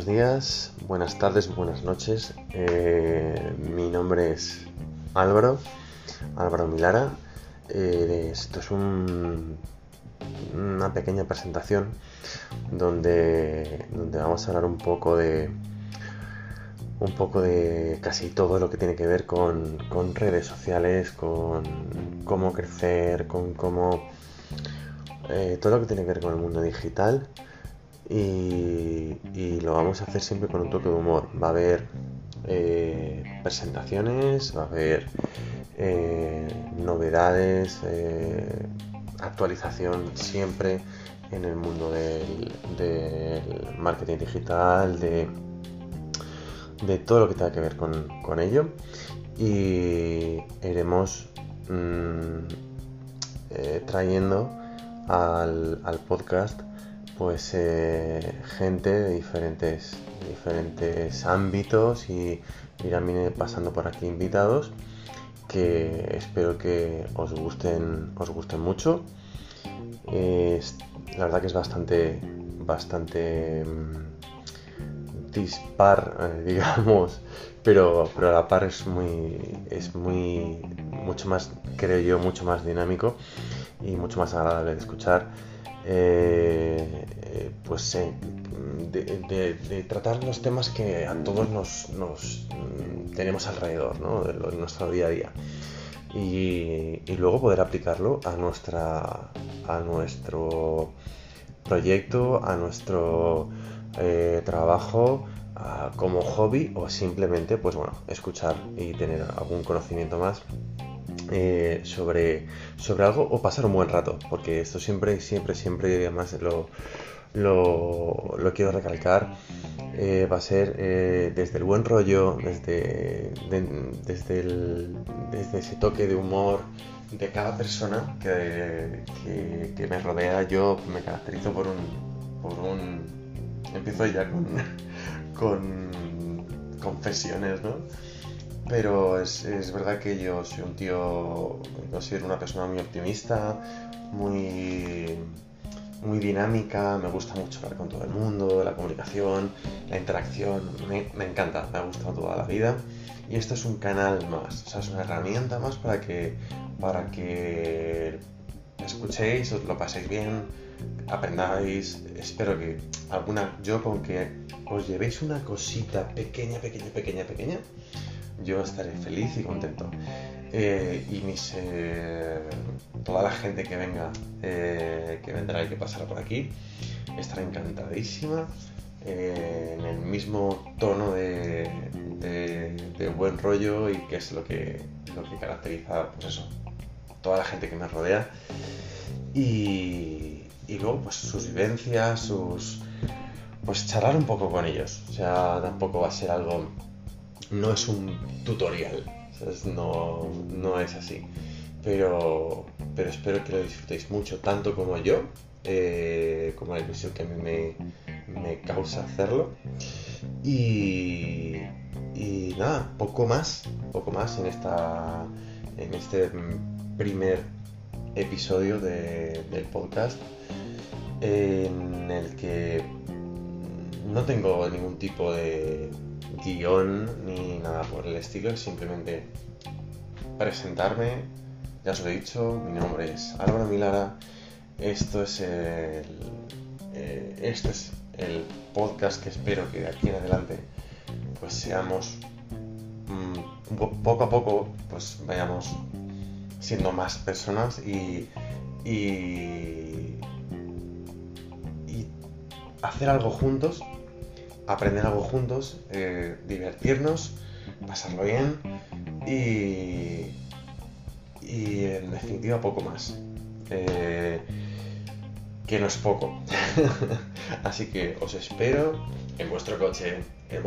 Buenos días, buenas tardes, buenas noches. Mi nombre es Álvaro Milara. Esto es una pequeña presentación donde vamos a hablar un poco de casi todo lo que tiene que ver con redes sociales, con cómo crecer, con cómo todo lo que tiene que ver con el mundo digital. Y lo vamos a hacer siempre con un toque de humor. Va a haber presentaciones, va a haber novedades, actualización siempre en el mundo del marketing digital, de todo lo que tenga que ver con ello. Y iremos trayendo al podcast pues gente de diferentes ámbitos y irán pasando por aquí invitados que espero que os gusten mucho. La verdad que es bastante dispar, digamos, pero a la par es mucho más, creo yo, mucho más dinámico y mucho más agradable de escuchar. De tratar los temas que a todos nos tenemos alrededor, ¿no? De nuestro día a día y luego poder aplicarlo a nuestro proyecto, a nuestro trabajo, como hobby, o simplemente pues bueno, escuchar y tener algún conocimiento más sobre algo, o pasar un buen rato, porque esto siempre además lo quiero recalcar, va a ser desde el buen rollo, desde ese toque de humor de cada persona que me rodea. Yo me caracterizo por un empiezo ya con confesiones, ¿no? Pero es verdad que yo soy un tío, considero una persona muy optimista, muy dinámica. Me gusta mucho hablar con todo el mundo, la comunicación, la interacción, me encanta, me ha gustado toda la vida. Y esto es un canal más, o sea, es una herramienta más para que escuchéis, os lo paséis bien, aprendáis. Espero que yo con que os llevéis una cosita pequeña, yo estaré feliz y contento. Y toda la gente que venga, que vendrá y que pasará por aquí, estará encantadísima, en el mismo tono de buen rollo, y que es lo que caracteriza, pues eso, toda la gente que me rodea. Y luego pues sus vivencias, pues charlar un poco con ellos. O sea, tampoco va a ser algo, no es un tutorial, ¿sabes? No es así, pero espero que lo disfrutéis mucho, tanto como yo, como la ilusión que a mí me causa hacerlo. Y nada, poco más en este primer episodio del podcast, en el que no tengo ningún tipo de guión ni nada por el estilo, es simplemente presentarme. Ya os lo he dicho, mi nombre es Álvaro Milara. Esto es el podcast que espero que de aquí en adelante pues seamos poco a poco, pues vayamos siendo más personas y hacer algo juntos, aprender algo juntos, divertirnos, pasarlo bien y en definitiva poco más, que no es poco. Así que os espero en vuestro coche, en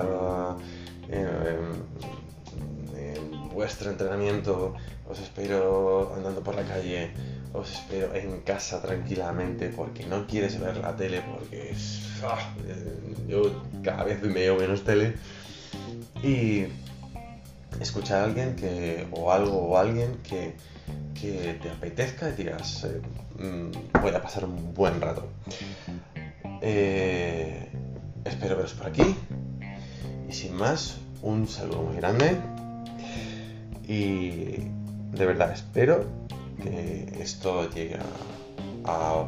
vuestro entrenamiento, os espero andando por la calle, os espero en casa tranquilamente, porque no quieres ver la tele, porque yo cada vez veo menos tele, y escuchar a alguien o alguien que te apetezca y digas, pueda pasar un buen rato. espero veros por aquí. Y sin más, un saludo muy grande. Y de verdad espero que esto llegue a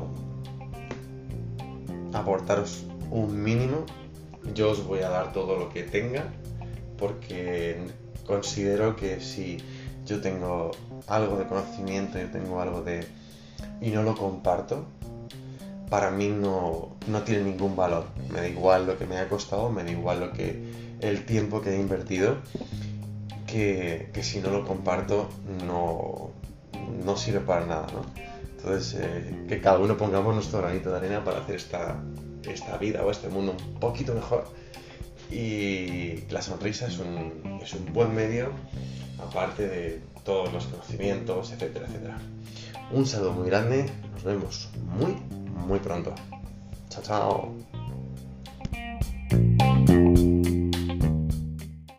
aportaros un mínimo. Yo os voy a dar todo lo que tenga, porque considero que si yo tengo algo de conocimiento, yo tengo algo y no lo comparto, para mí no tiene ningún valor. Me da igual lo que me ha costado, me da igual el tiempo que he invertido, que si no lo comparto no sirve para nada, ¿no? Entonces, que cada uno pongamos nuestro granito de arena para hacer esta vida o este mundo un poquito mejor. Y la sonrisa es un buen medio, aparte de todos los conocimientos, etcétera, etcétera. Un saludo muy grande, nos vemos muy, muy pronto. Chao, chao.